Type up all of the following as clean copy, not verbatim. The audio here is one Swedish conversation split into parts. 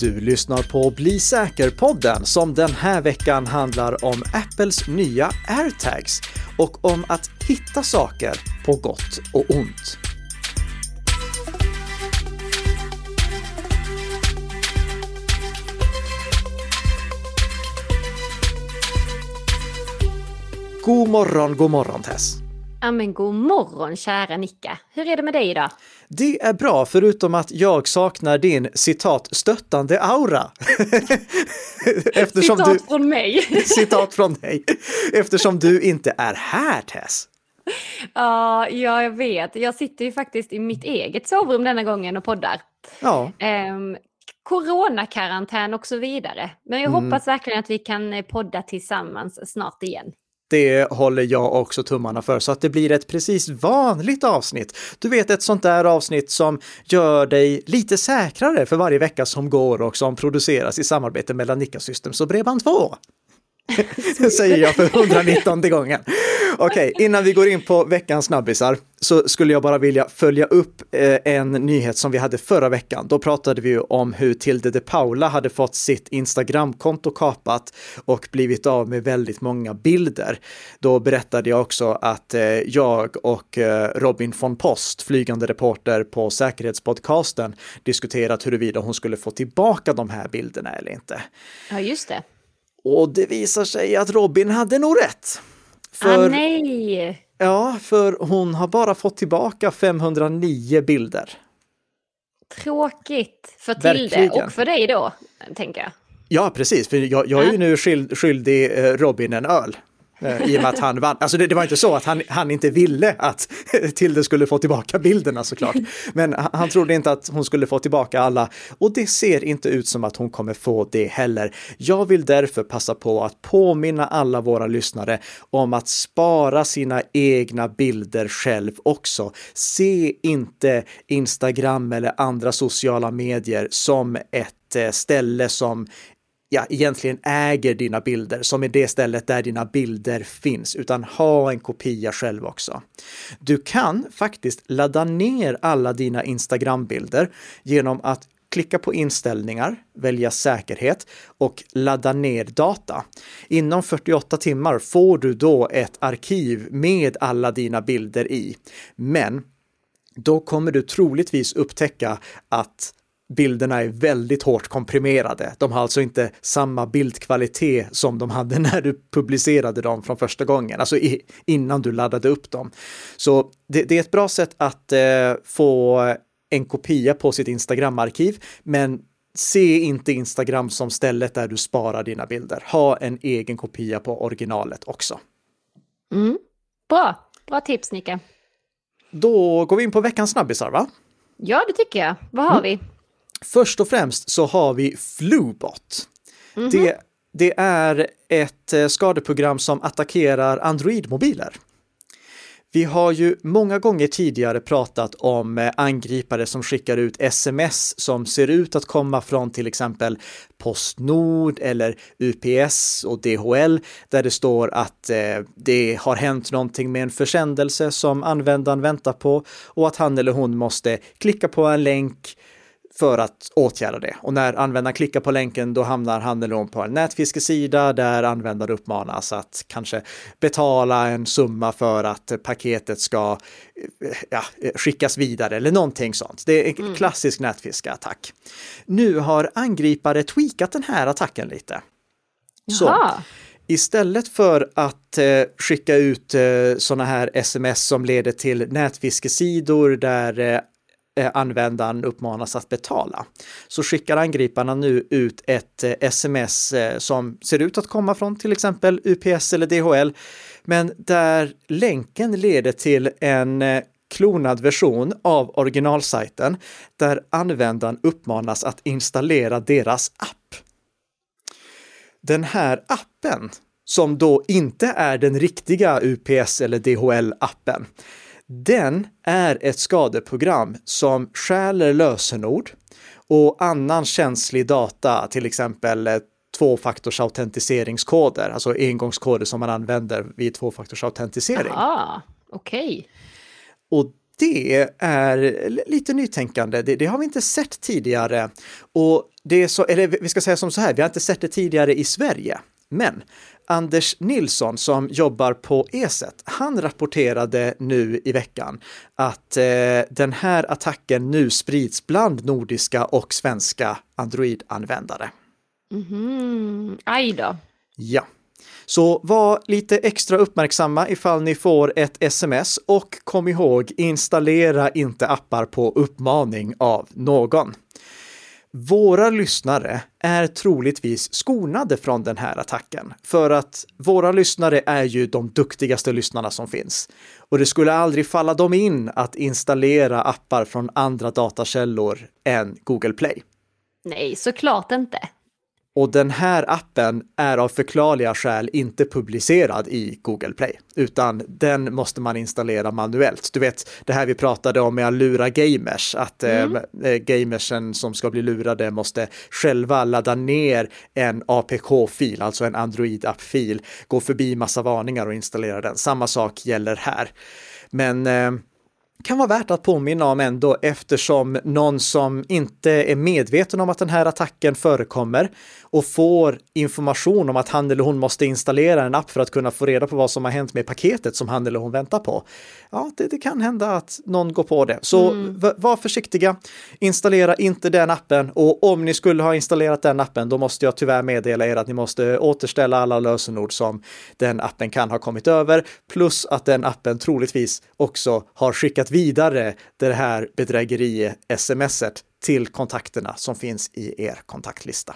Du lyssnar på Bli säker-podden som den här veckan handlar om Apples nya AirTags och om att hitta saker på gott och ont. God morgon Tess. Ja, men god morgon kära Nicka. Hur är det med dig idag? Det är bra, förutom att jag saknar din citat stöttande aura. Citat från mig. Citat från dig. Eftersom du inte är här, Tess. Ja, jag vet. Jag sitter ju faktiskt i mitt eget sovrum denna gången och poddar. Ja. Coronakarantän och så vidare. Men jag hoppas verkligen att vi kan podda tillsammans snart igen. Det håller jag också tummarna för, så att det blir ett precis vanligt avsnitt. Du vet, ett sånt där avsnitt som gör dig lite säkrare för varje vecka som går och som produceras i samarbete mellan Nika Systems och Bredband2. Säger jag för 119:e gången. Okej, innan vi går in på veckans snabbisar så skulle jag bara vilja följa upp en nyhet som vi hade förra veckan. Då pratade vi ju om hur Tilde de Paula hade fått sitt Instagram-konto kapat och blivit av med väldigt många bilder. Då berättade jag också att jag och Robin von Post, flygande reporter på Säkerhetspodcasten, diskuterat huruvida hon skulle få tillbaka de här bilderna eller inte. Ja, just det. Och det visar sig att Robin hade nog rätt. Nej! Ja, för hon har bara fått tillbaka 509 bilder. Tråkigt för Tilde och för dig då, tänker jag. Ja, precis. För jag är ju nu skyldig Robin en öl. I och med att han vann. Alltså det var inte så att han inte ville att Tilde skulle få tillbaka bilderna såklart. Men han trodde inte att hon skulle få tillbaka alla. Och det ser inte ut som att hon kommer få det heller. Jag vill därför passa på att påminna alla våra lyssnare om att spara sina egna bilder själv också. Se inte Instagram eller andra sociala medier som ett ställe som egentligen äger dina bilder, som är det stället där dina bilder finns, utan ha en kopia själv också. Du kan faktiskt ladda ner alla dina Instagram-bilder genom att klicka på inställningar, välja säkerhet och ladda ner data. Inom 48 timmar får du då ett arkiv med alla dina bilder i. Men då kommer du troligtvis upptäcka att bilderna är väldigt hårt komprimerade. De har alltså inte samma bildkvalitet som de hade när du publicerade dem från första gången, alltså innan du laddade upp dem. Så det är ett bra sätt att få en kopia på sitt Instagram-arkiv, men se inte Instagram som stället där du sparar dina bilder. Ha en egen kopia på originalet också. Bra tips, Nicka. Då går vi in på veckans snabbisar, va? Ja, det tycker jag. Vad har vi? Först och främst så har vi Flubot. Det är ett skadeprogram som attackerar Android-mobiler. Vi har ju många gånger tidigare pratat om angripare som skickar ut sms som ser ut att komma från till exempel Postnord eller UPS och DHL, där det står att det har hänt någonting med en försändelse som användaren väntar på och att han eller hon måste klicka på en länk för att åtgärda det. Och när användaren klickar på länken, då hamnar han eller hon på en nätfiskesida där användaren uppmanas att kanske betala en summa för att paketet ska skickas vidare eller någonting sånt. Det är en klassisk nätfiskeattack. Nu har angripare tweakat den här attacken lite. Så istället för att skicka ut såna här sms som leder till nätfiskesidor där användaren uppmanas att betala, så skickar angriparna nu ut ett sms som ser ut att komma från till exempel UPS eller DHL, men där länken leder till en klonad version av originalsajten där användaren uppmanas att installera deras app. Den här appen, som då inte är den riktiga UPS eller DHL-appen, den är ett skadeprogram som stjäler lösenord och annan känslig data, till exempel tvåfaktorsautentiseringskoder, alltså engångskoder som man använder vid tvåfaktorsautentisering. Okej. Och det är lite nytänkande. Det har vi inte sett tidigare. Och det är så, eller vi ska säga som så här, vi har inte sett det tidigare i Sverige. Men Anders Nilsson som jobbar på ESET, han rapporterade nu i veckan att den här attacken nu sprids bland nordiska och svenska Android-användare. Aj då. Ja. Så var lite extra uppmärksamma ifall ni får ett sms och kom ihåg, installera inte appar på uppmaning av någon. Våra lyssnare är troligtvis skonade från den här attacken för att våra lyssnare är ju de duktigaste lyssnarna som finns. Och det skulle aldrig falla dem in att installera appar från andra datakällor än Google Play. Nej, såklart inte. Och den här appen är av förklarliga skäl inte publicerad i Google Play, utan den måste man installera manuellt. Du vet, det här vi pratade om med att lura gamers, att gamersen som ska bli lurade måste själva ladda ner en APK-fil, alltså en Android-app-fil, gå förbi massa varningar och installera den. Samma sak gäller här. Men kan vara värt att påminna om ändå eftersom någon som inte är medveten om att den här attacken förekommer och får information om att han eller hon måste installera en app för att kunna få reda på vad som har hänt med paketet som han eller hon väntar på. Ja, det kan hända att någon går på det. Så var försiktiga, installera inte den appen och om ni skulle ha installerat den appen då måste jag tyvärr meddela er att ni måste återställa alla lösenord som den appen kan ha kommit över plus att den appen troligtvis också har skickat vidare det här bedrägeri-smset till kontakterna som finns i er kontaktlista.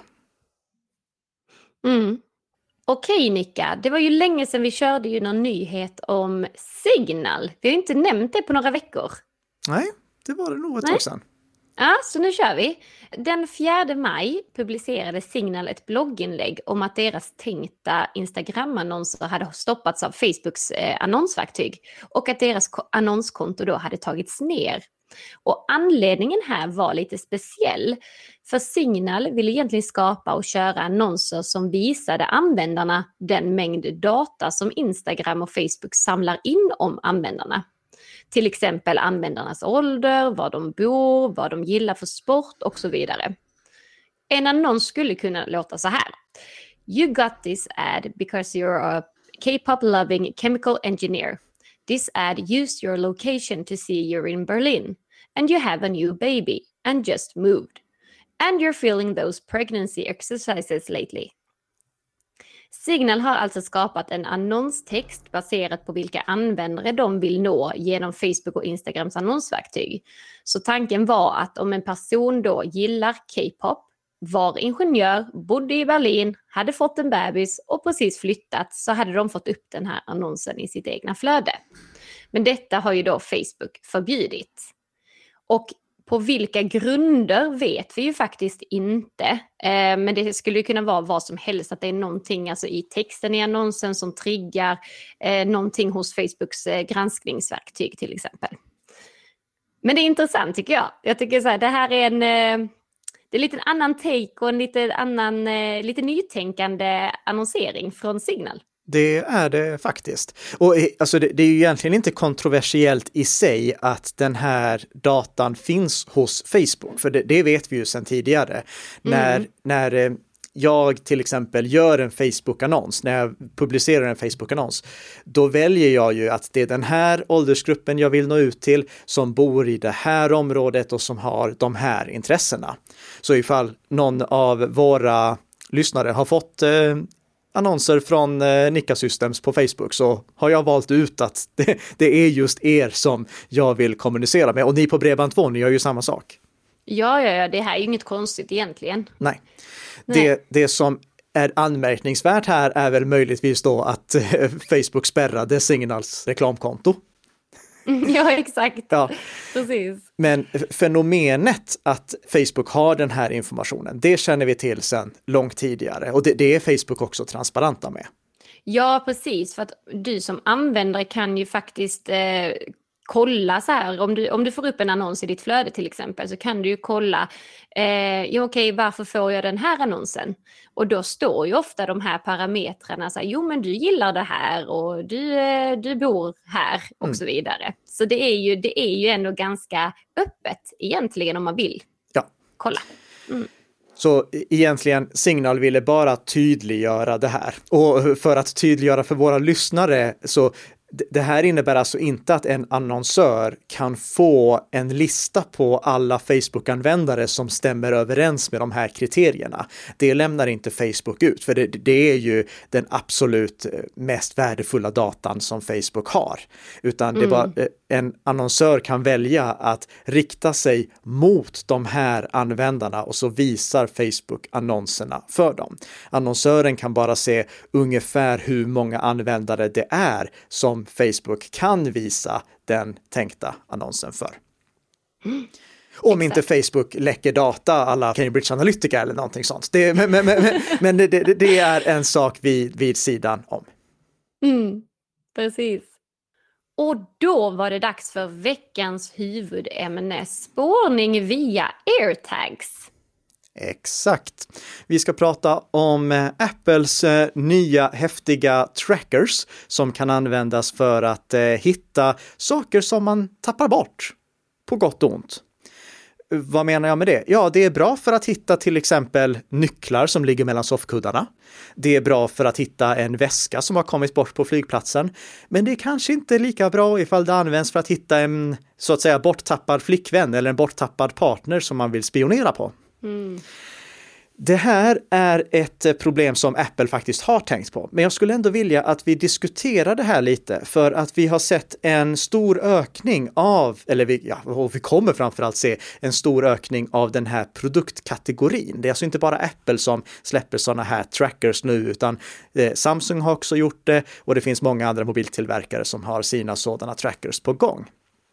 Okej Nika, det var ju länge sedan vi körde ju någon nyhet om Signal. Vi har inte nämnt det på några veckor. Nej, det var det nog ett tag sedan. Ja, så nu kör vi. Den 4 maj publicerade Signal ett blogginlägg om att deras tänkta Instagram-annonser hade stoppats av Facebooks annonsverktyg och att deras annonskonto då hade tagits ner. Och anledningen här var lite speciell, för Signal ville egentligen skapa och köra annonser som visade användarna den mängd data som Instagram och Facebook samlar in om användarna. Till exempel användarnas ålder, var de bor, vad de gillar för sport och så vidare. En annons skulle kunna låta så här. You got this ad because you're a K-pop-loving chemical engineer. This ad used your location to see you're in Berlin. And you have a new baby and just moved. And you're feeling those pregnancy exercises lately. Signal har alltså skapat en annonstext baserat på vilka användare de vill nå genom Facebook och Instagrams annonsverktyg. Så tanken var att om en person då gillar K-pop, var ingenjör, bodde i Berlin, hade fått en bebis och precis flyttat så hade de fått upp den här annonsen i sitt egna flöde. Men detta har ju då Facebook förbjudit. Och på vilka grunder vet vi ju faktiskt inte. Men det skulle ju kunna vara vad som helst. Att det är någonting alltså i texten i annonsen som triggar någonting hos Facebooks granskningsverktyg till exempel. Men det är intressant tycker jag. Jag tycker så här, det här är det är lite en annan take och en lite nytänkande annonsering från Signal. Det är det faktiskt. Och alltså det är ju egentligen inte kontroversiellt i sig att den här datan finns hos Facebook. För det vet vi ju sedan tidigare. När jag till exempel gör en Facebook-annons, när jag publicerar en Facebook-annons, då väljer jag ju att det är den här åldersgruppen jag vill nå ut till som bor i det här området och som har de här intressena. Så ifall någon av våra lyssnare har fått annonser från Nika Systems på Facebook så har jag valt ut att det är just er som jag vill kommunicera med. Och ni på Bredband2, ni gör ju samma sak. Ja, det här är ju inget konstigt egentligen. Nej. Det som är anmärkningsvärt här är väl möjligtvis då att Facebook spärrade Signals reklamkonto. Ja, exakt. Ja. Precis. Men fenomenet att Facebook har den här informationen, det känner vi till sedan långt tidigare. Och det är Facebook också transparenta med. Ja, precis. För att du som användare kan ju faktiskt kolla så här, om du får upp en annons i ditt flöde till exempel, så kan du ju kolla, varför får jag den här annonsen? Och då står ju ofta de här parametrarna så här, jo men du gillar det här och du bor här och så vidare. Så det är ju ändå ganska öppet egentligen om man vill kolla. Så egentligen Signal ville bara tydliggöra det här. Och för att tydliggöra för våra lyssnare, så det här innebär alltså inte att en annonsör kan få en lista på alla Facebook-användare som stämmer överens med de här kriterierna. Det lämnar inte Facebook ut, för det är ju den absolut mest värdefulla datan som Facebook har. Utan det bara, en annonsör kan välja att rikta sig mot de här användarna och så visar Facebook annonserna för dem. Annonsören kan bara se ungefär hur många användare det är som Facebook kan visa den tänkta annonsen för. Om inte Facebook läcker data alla Cambridge Analytica eller någonting sånt. Men det är en sak vid sidan om. Precis. Och då var det dags för veckans huvudämne, spårning via AirTags. Exakt. Vi ska prata om Apples nya häftiga trackers som kan användas för att hitta saker som man tappar bort, på gott och ont. Vad menar jag med det? Ja, det är bra för att hitta till exempel nycklar som ligger mellan soffkuddarna. Det är bra för att hitta en väska som har kommit bort på flygplatsen. Men det är kanske inte lika bra ifall det används för att hitta en så att säga borttappad flickvän eller en borttappad partner som man vill spionera på. Det här är ett problem som Apple faktiskt har tänkt på. Men jag skulle ändå vilja att vi diskuterar det här lite, för att vi har sett en stor ökning av, vi kommer framförallt se en stor ökning av den här produktkategorin. Det är alltså inte bara Apple som släpper sådana här trackers nu, utan Samsung har också gjort det och det finns många andra mobiltillverkare som har sina sådana trackers på gång.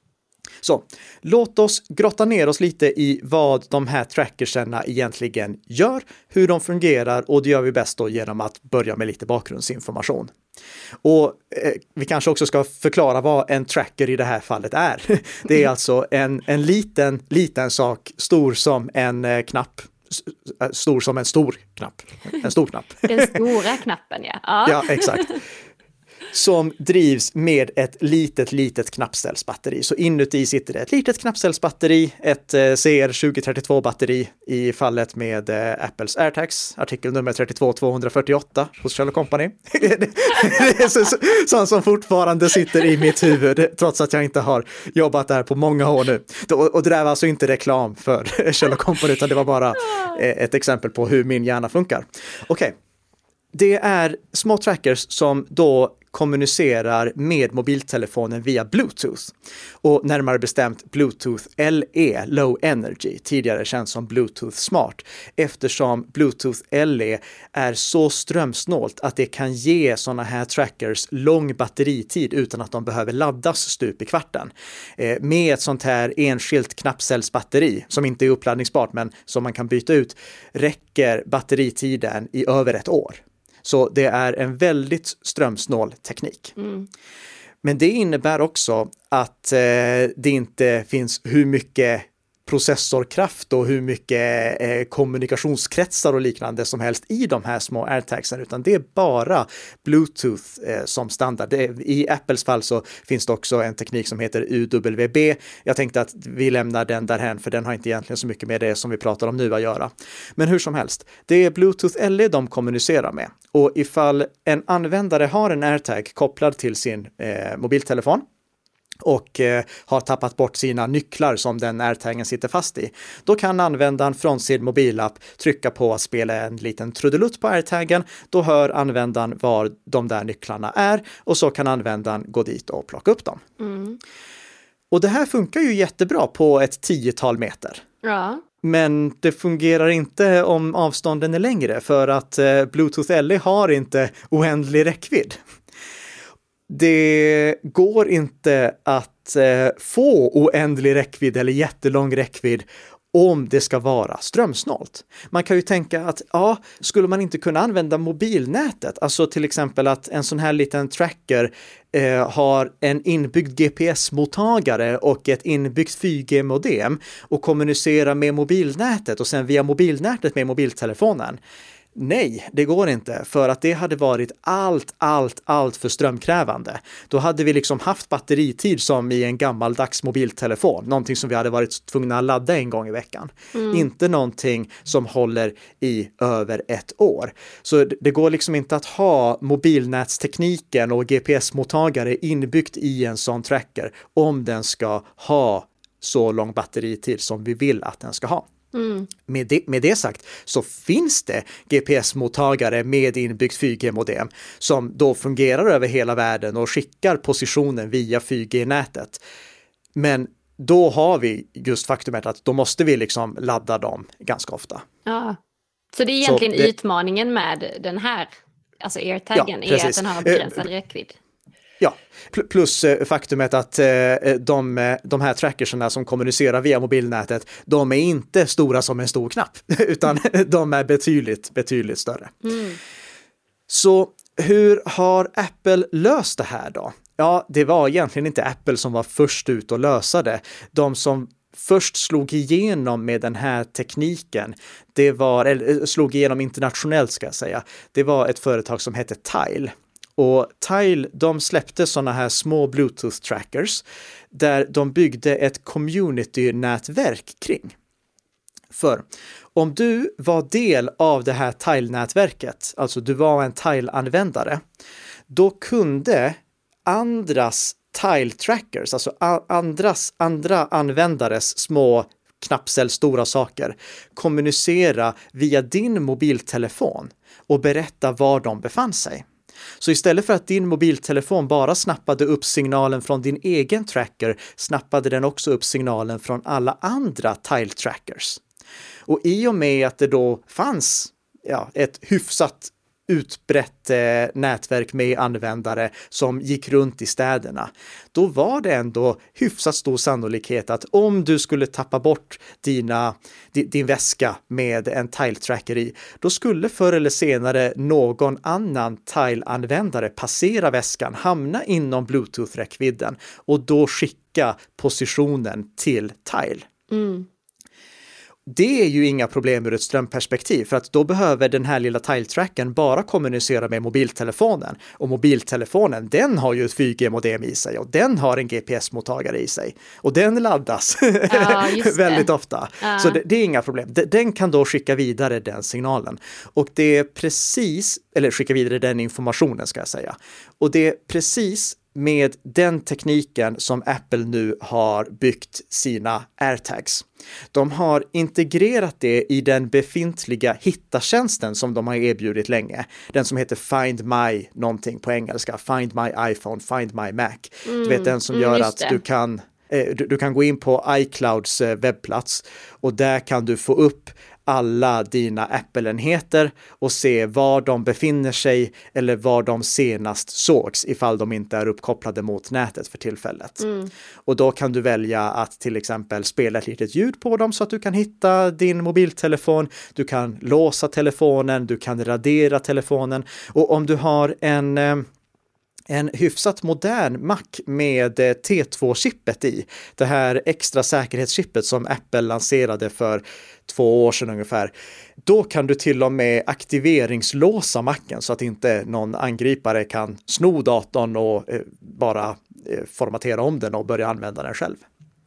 Så låt oss grotta ner oss lite i vad de här trackerserna egentligen gör, hur de fungerar, och det gör vi bäst då genom att börja med lite bakgrundsinformation. Och vi kanske också ska förklara vad en tracker i det här fallet är. Det är alltså en liten sak, stor som en knapp. Stor som en stor knapp. En stor knapp. Den stora knappen, ja. Ja, exakt. Som drivs med ett litet knappcellsbatteri. Så inuti sitter det ett litet knappcellsbatteri, ett CR2032-batteri i fallet med Apples AirTags, artikel nummer 32248 hos Kjell & Company. Det är sånt som fortfarande sitter i mitt huvud, trots att jag inte har jobbat där på många år nu. Och det där var alltså inte reklam för Kjell & Company, utan det var bara ett exempel på hur min hjärna funkar. Okej. Det är små trackers som då kommunicerar med mobiltelefonen via Bluetooth. Och närmare bestämt Bluetooth LE, Low Energy, tidigare känd som Bluetooth Smart, eftersom Bluetooth LE är så strömsnålt att det kan ge sådana här trackers lång batteritid utan att de behöver laddas stup i kvarten. Med ett sånt här enskilt knappcellsbatteri, som inte är uppladdningsbart men som man kan byta ut, räcker batteritiden i över ett år. Så det är en väldigt strömsnål teknik. Men det innebär också att det inte finns hur mycket processorkraft och hur mycket kommunikationskretsar och liknande som helst i de här små AirTagsen, utan det är bara Bluetooth som standard. I Apples fall så finns det också en teknik som heter UWB. Jag tänkte att vi lämnar den därhen, för den har inte egentligen så mycket med det som vi pratar om nu att göra. Men hur som helst, det är Bluetooth LE de kommunicerar med. Och ifall en användare har en AirTag kopplad till sin mobiltelefon och har tappat bort sina nycklar som den AirTagen sitter fast i, då kan användaren från sin mobilapp trycka på att spela en liten trudelutt på AirTagen. Då hör användaren var de där nycklarna är och så kan användaren gå dit och plocka upp dem. Och det här funkar ju jättebra på ett 10-tal meter. Ja. Men det fungerar inte om avstånden är längre, för att Bluetooth LE har inte oändlig räckvidd. Det går inte att få oändlig räckvidd eller jättelång räckvidd om det ska vara strömsnålt. Man kan ju tänka att skulle man inte kunna använda mobilnätet, alltså till exempel att en sån här liten tracker har en inbyggd GPS-mottagare och ett inbyggt 4G-modem och kommunicerar med mobilnätet och sen via mobilnätet med mobiltelefonen. Nej, det går inte, för att det hade varit allt för strömkrävande. Då hade vi liksom haft batteritid som i en gammaldags mobiltelefon, någonting som vi hade varit tvungna att ladda en gång i veckan. Inte någonting som håller i över ett år. Så det går liksom inte att ha mobilnätstekniken och GPS-mottagare inbyggt i en sån tracker om den ska ha så lång batteritid som vi vill att den ska ha. Med det sagt så finns det GPS-mottagare med inbyggt 4G-modem som då fungerar över hela världen och skickar positionen via 4G-nätet. Men då har vi just faktumet att då måste vi liksom ladda dem ganska ofta. Ja, så det är egentligen utmaningen med den här, alltså AirTaggen, är att den har begränsad räckvidd. Ja, plus faktumet att de här trackerserna som kommunicerar via mobilnätet, de är inte stora som en stor knapp, utan de är betydligt större. Så hur har Apple löst det här då? Ja, det var egentligen inte Apple som var först ut att lösa det. De som först slog igenom med den här tekniken, slog igenom internationellt ska jag säga, det var ett företag som hette Tile. Och Tile, de släppte sådana här små Bluetooth-trackers där de byggde ett community-nätverk kring. För om du var del av det här Tile-nätverket, alltså du var en Tile-användare, då kunde andras Tile-trackers, alltså andra användares små knappcellstora saker, kommunicera via din mobiltelefon och berätta var de befann sig. Så istället för att din mobiltelefon bara snappade upp signalen från din egen tracker, snappade den också upp signalen från alla andra Tile-trackers. Och i och med att det då fanns ett hyfsat utbrett nätverk med användare som gick runt i städerna, då var det ändå hyfsat stor sannolikhet att om du skulle tappa bort din väska med en Tile-tracker i, då skulle förr eller senare någon annan Tile-användare passera väskan, hamna inom Bluetooth-räckvidden och då skicka positionen till Tile. Det är ju inga problem ur ett strömperspektiv, för att då behöver den här lilla Tile-trackern bara kommunicera med mobiltelefonen. Och mobiltelefonen, den har ju ett 4G-modem i sig och den har en GPS-mottagare i sig. Och den laddas väldigt ofta. Så det är inga problem. Den kan då skicka vidare den signalen. Och det är skicka vidare den informationen ska jag säga. Och det är precis med den tekniken som Apple nu har byggt sina AirTags. De har integrerat det i den befintliga hitta-tjänsten som de har erbjudit länge. Den som heter Find My någonting på engelska. Find My iPhone, Find My Mac. Du vet den som gör att du kan gå in på iClouds webbplats och där kan du få upp alla dina Apple-enheter och se var de befinner sig eller var de senast sågs ifall de inte är uppkopplade mot nätet för tillfället. Och då kan du välja att till exempel spela ett litet ljud på dem så att du kan hitta din mobiltelefon, du kan låsa telefonen, du kan radera telefonen, och om du har en hyfsat modern Mac med T2-chippet i, det här extra säkerhetschippet som Apple lanserade för 2 år sedan ungefär, då kan du till och med aktiveringslåsa Macen så att inte någon angripare kan sno datorn och bara formatera om den och börja använda den själv.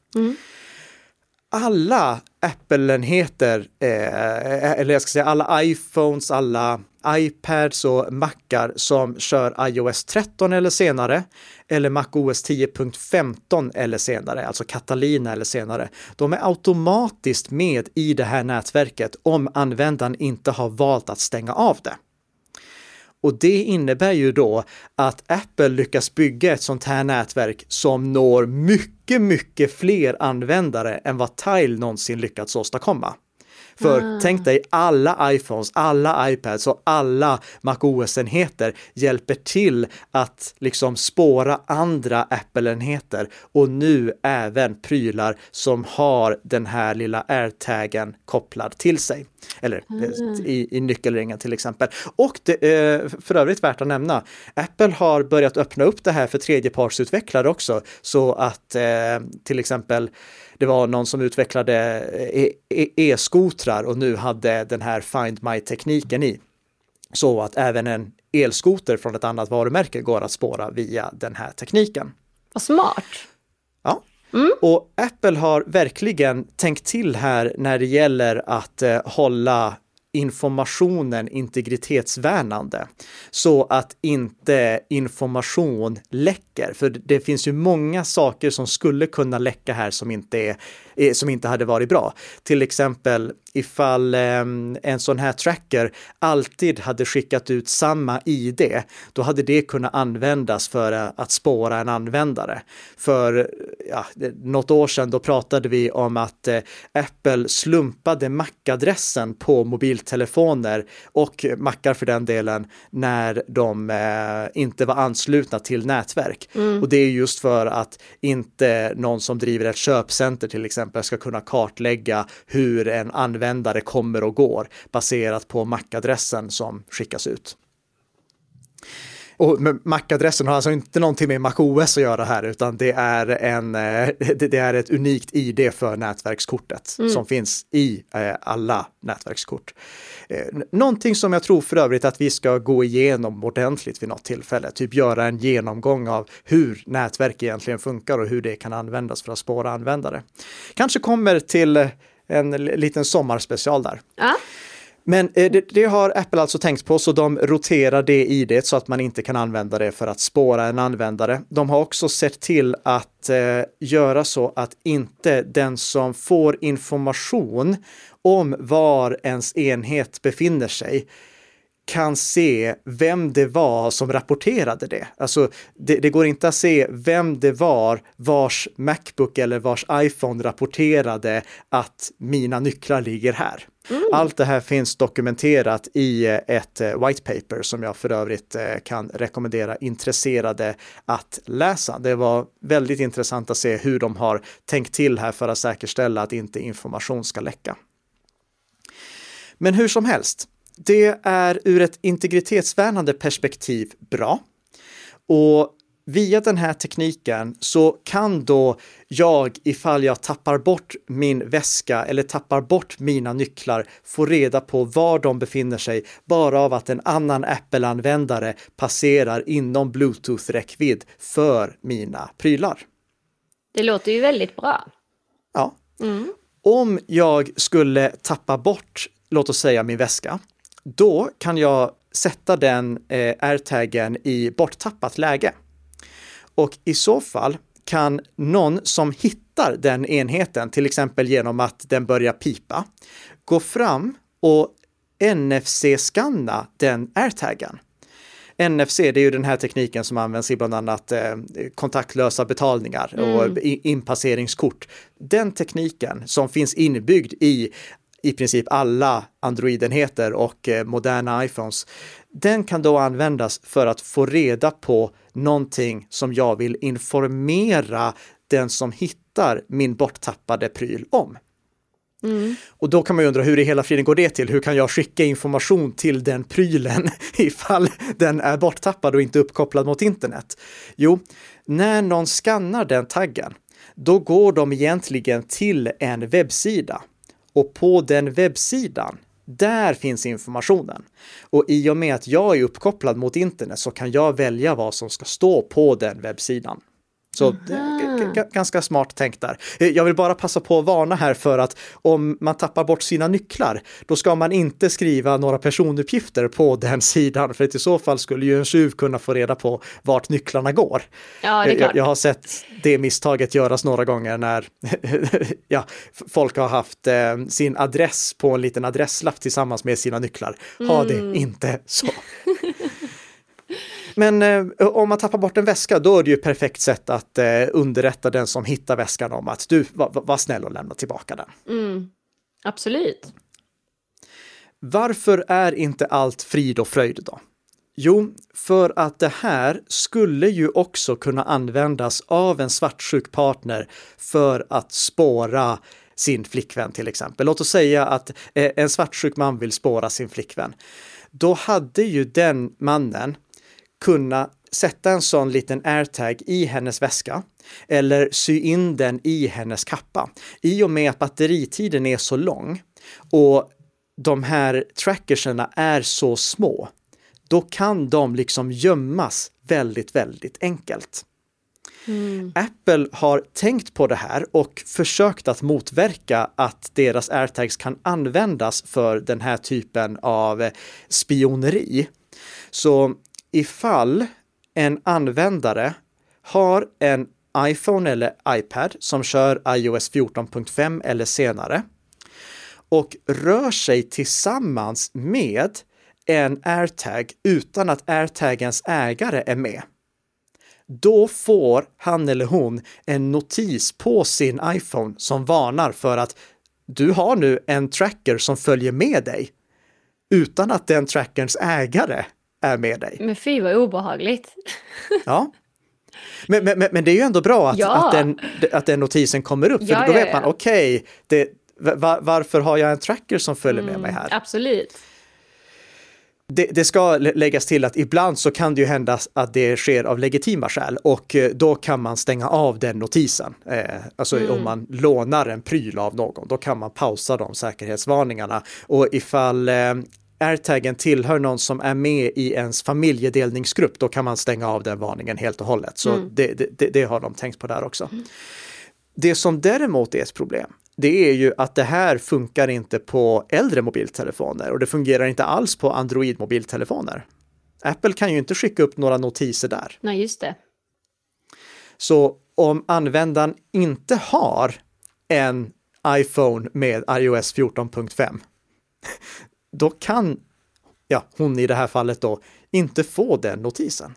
Alla Apple-enheter, eller jag ska säga alla iPhones, alla iPads och Macar som kör iOS 13 eller senare, eller macOS 10.15 eller senare, alltså Catalina eller senare, de är automatiskt med i det här nätverket om användaren inte har valt att stänga av det. Och det innebär ju då att Apple lyckas bygga ett sånt här nätverk som når mycket fler användare än vad Tile någonsin lyckats åstadkomma. För tänk dig, alla iPhones, alla iPads och alla macOS-enheter hjälper till att liksom spåra andra Apple-enheter och nu även prylar som har den här lilla AirTagen kopplad till sig. Eller i nyckelringen till exempel. Och det är för övrigt värt att nämna, Apple har börjat öppna upp det här för tredjepartsutvecklare också. Så att till exempel det var någon som utvecklade e-skotrar och nu hade den här Find My-tekniken i. Så att även en elskoter från ett annat varumärke går att spåra via den här tekniken. Vad smart! Ja. Och Apple har verkligen tänkt till här när det gäller att hålla informationen integritetsvärnande så att inte information läcker. För det finns ju många saker som skulle kunna läcka här som inte hade varit bra. Till exempel ifall en sån här tracker alltid hade skickat ut samma ID, då hade det kunnat användas för att spåra en användare. För något år sedan då pratade vi om att Apple slumpade MAC-adressen på mobiltelefoner och Macar för den delen när de inte var anslutna till nätverk. Och det är just för att inte någon som driver ett köpcenter till exempel ska kunna kartlägga hur en användare kommer och går baserat på MAC-adressen som skickas ut. Och MAC-adressen har alltså inte någonting med MacOS att göra här, utan det är ett unikt ID för nätverkskortet som finns i alla nätverkskort. Någonting som jag tror för övrigt att vi ska gå igenom ordentligt vid något tillfälle. Typ göra en genomgång av hur nätverk egentligen funkar och hur det kan användas för att spåra användare. Kanske kommer till en liten sommarspecial där. Ja. Men det har Apple alltså tänkt på, så de roterar det i det så att man inte kan använda det för att spåra en användare. De har också sett till att göra så att inte den som får information om var ens enhet befinner sig kan se vem det var som rapporterade det. Alltså det går inte att se vem det var vars MacBook eller vars iPhone rapporterade att mina nycklar ligger här. Allt det här finns dokumenterat i ett white paper som jag för övrigt kan rekommendera intresserade att läsa. Det var väldigt intressant att se hur de har tänkt till här för att säkerställa att inte information ska läcka. Men hur som helst, det är ur ett integritetsvärnande perspektiv bra. Och via den här tekniken så kan då jag, ifall jag tappar bort min väska eller tappar bort mina nycklar, få reda på var de befinner sig bara av att en annan Apple-användare passerar inom Bluetooth-räckvidd för mina prylar. Det låter ju väldigt bra. Ja. Om jag skulle tappa bort, låt oss säga min väska, då kan jag sätta den AirTagen i borttappat läge. Och i så fall kan någon som hittar den enheten, till exempel genom att den börjar pipa, gå fram och NFC-skanna den AirTagen. NFC, det är ju den här tekniken som används i bland annat kontaktlösa betalningar och inpasseringskort. Den tekniken som finns inbyggd i princip alla Android-enheter och moderna iPhones, den kan då användas för att få reda på någonting som jag vill informera den som hittar min borttappade pryl om. Och då kan man ju undra, hur i hela friden går det till? Hur kan jag skicka information till den prylen ifall den är borttappad och inte uppkopplad mot internet? Jo, när någon skannar den taggen, då går de egentligen till en webbsida. Och på den webbsidan, där finns informationen. Och i och med att jag är uppkopplad mot internet så kan jag välja vad som ska stå på den webbsidan. Så ganska smart tänkt där. Jag vill bara passa på att varna här för att om man tappar bort sina nycklar, då ska man inte skriva några personuppgifter på den sidan. För att i så fall skulle ju en tjuv kunna få reda på vart nycklarna går. Ja, det är klart. Jag har sett det misstaget göras några gånger när folk har haft sin adress på en liten adresslapp tillsammans med sina nycklar. Ha det inte så. Men om man tappar bort en väska, då är det ju ett perfekt sätt att underrätta den som hittar väskan om att du var snäll och lämna tillbaka den. Absolut. Varför är inte allt frid och fröjd då? Jo, för att det här skulle ju också kunna användas av en svartsjuk partner för att spåra sin flickvän till exempel. Låt oss säga att en svartsjuk man vill spåra sin flickvän. Då hade ju den mannen kunnat sätta en sån liten AirTag i hennes väska eller sy in den i hennes kappa. I och med att batteritiden är så lång och de här trackerserna är så små, då kan de liksom gömmas väldigt, väldigt enkelt. Apple har tänkt på det här och försökt att motverka att deras AirTags kan användas för den här typen av spioneri. Så ifall en användare har en iPhone eller iPad som kör iOS 14.5 eller senare och rör sig tillsammans med en AirTag utan att AirTagens ägare är med, då får han eller hon en notis på sin iPhone som varnar för att du har nu en tracker som följer med dig utan att den trackerns ägare är med dig. Men fy vad obehagligt. Ja. Men det är ju ändå bra att den notisen kommer upp. För då vet man, okej, varför har jag en tracker som följer med mig här? Absolut. Det ska läggas till att ibland så kan det ju hända att det sker av legitima skäl och då kan man stänga av den notisen. Alltså om man lånar en pryl av någon, då kan man pausa de säkerhetsvarningarna. Och ifall AirTagen tillhör någon som är med i ens familjedelningsgrupp, då kan man stänga av den varningen helt och hållet. Så det har de tänkt på där också. Det som däremot är ett problem, det är ju att det här funkar inte på äldre mobiltelefoner och det fungerar inte alls på Android-mobiltelefoner. Apple kan ju inte skicka upp några notiser där. Nej, just det. Så om användaren inte har en iPhone med iOS 14.5, då kan hon i det här fallet då inte få den notisen.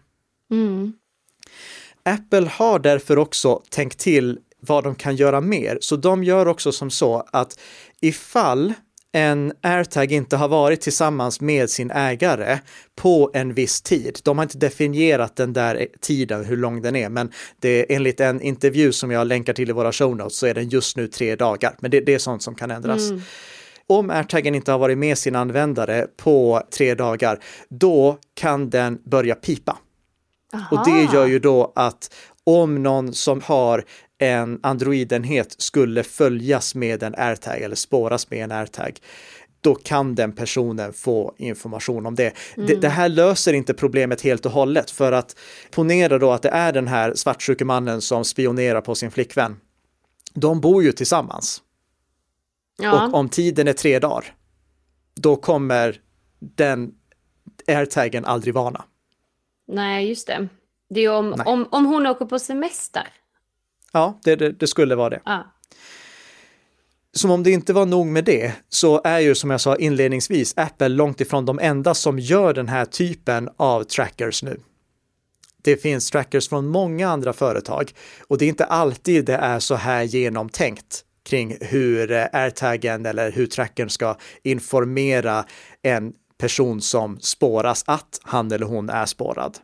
Apple har därför också tänkt till vad de kan göra mer. Så de gör också som så att ifall en AirTag inte har varit tillsammans med sin ägare på en viss tid. De har inte definierat den där tiden, hur lång den är, men enligt en intervju som jag länkar till i våra show notes så är den just nu 3 dagar. Men det är sånt som kan ändras. Om AirTagen inte har varit med sin användare på 3 dagar, då kan den börja pipa. Aha. Och det gör ju då att om någon som har en Android-enhet skulle följas med en AirTag eller spåras med en AirTag, då kan den personen få information om det. Det här löser inte problemet helt och hållet, för att ponera då att det är den här svartsjuke mannen som spionerar på sin flickvän. De bor ju tillsammans. Ja. Och om tiden är 3 dagar, då kommer den AirTagen aldrig varna. Nej, just det. Det är ju om hon åker på semester. Ja, det skulle vara det. Ja. Som om det inte var nog med det, så är ju som jag sa inledningsvis Apple långt ifrån de enda som gör den här typen av trackers nu. Det finns trackers från många andra företag och det är inte alltid det är så här genomtänkt kring hur AirTagen eller hur trackern ska informera en person som spåras att han eller hon är spårad.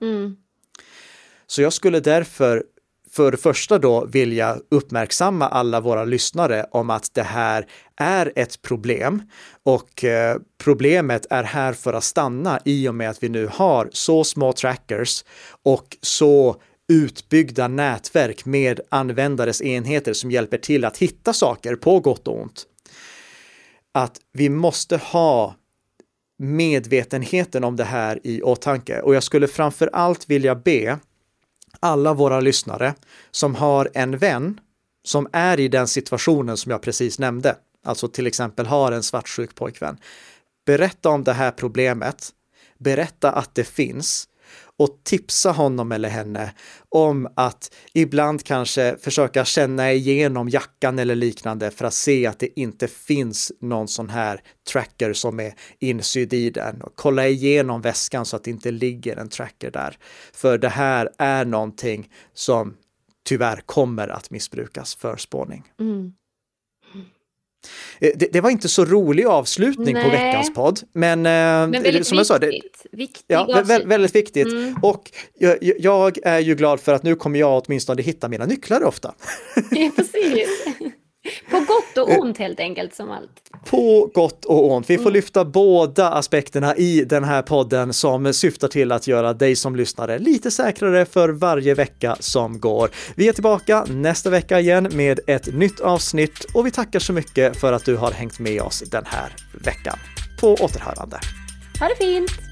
Så jag skulle därför för det första då vilja uppmärksamma alla våra lyssnare om att det här är ett problem och problemet är här för att stanna i och med att vi nu har så små trackers och så utbyggda nätverk med användares enheter som hjälper till att hitta saker på gott och ont. Att vi måste ha medvetenheten om det här i åtanke, och jag skulle framför allt vilja be alla våra lyssnare som har en vän som är i den situationen som jag precis nämnde, alltså till exempel har en svartsjuk pojkvän, berätta om det här problemet, berätta att det finns och tipsa honom eller henne om att ibland kanske försöka känna igenom jackan eller liknande för att se att det inte finns någon sån här tracker som är insydd i den, och kolla igenom väskan så att det inte ligger en tracker där. För det här är någonting som tyvärr kommer att missbrukas för spårning. Det var inte så rolig avslutning på veckans podd, men väldigt som jag sa, väldigt viktigt. Och jag är ju glad för att nu kommer jag åtminstone hitta mina nycklar ofta. Ja, precis. På gott och ont helt enkelt, som allt. På gott och ont. Vi får lyfta båda aspekterna i den här podden som syftar till att göra dig som lyssnare lite säkrare för varje vecka som går. Vi är tillbaka nästa vecka igen med ett nytt avsnitt och vi tackar så mycket för att du har hängt med oss den här veckan. På återhörande. Ha det fint!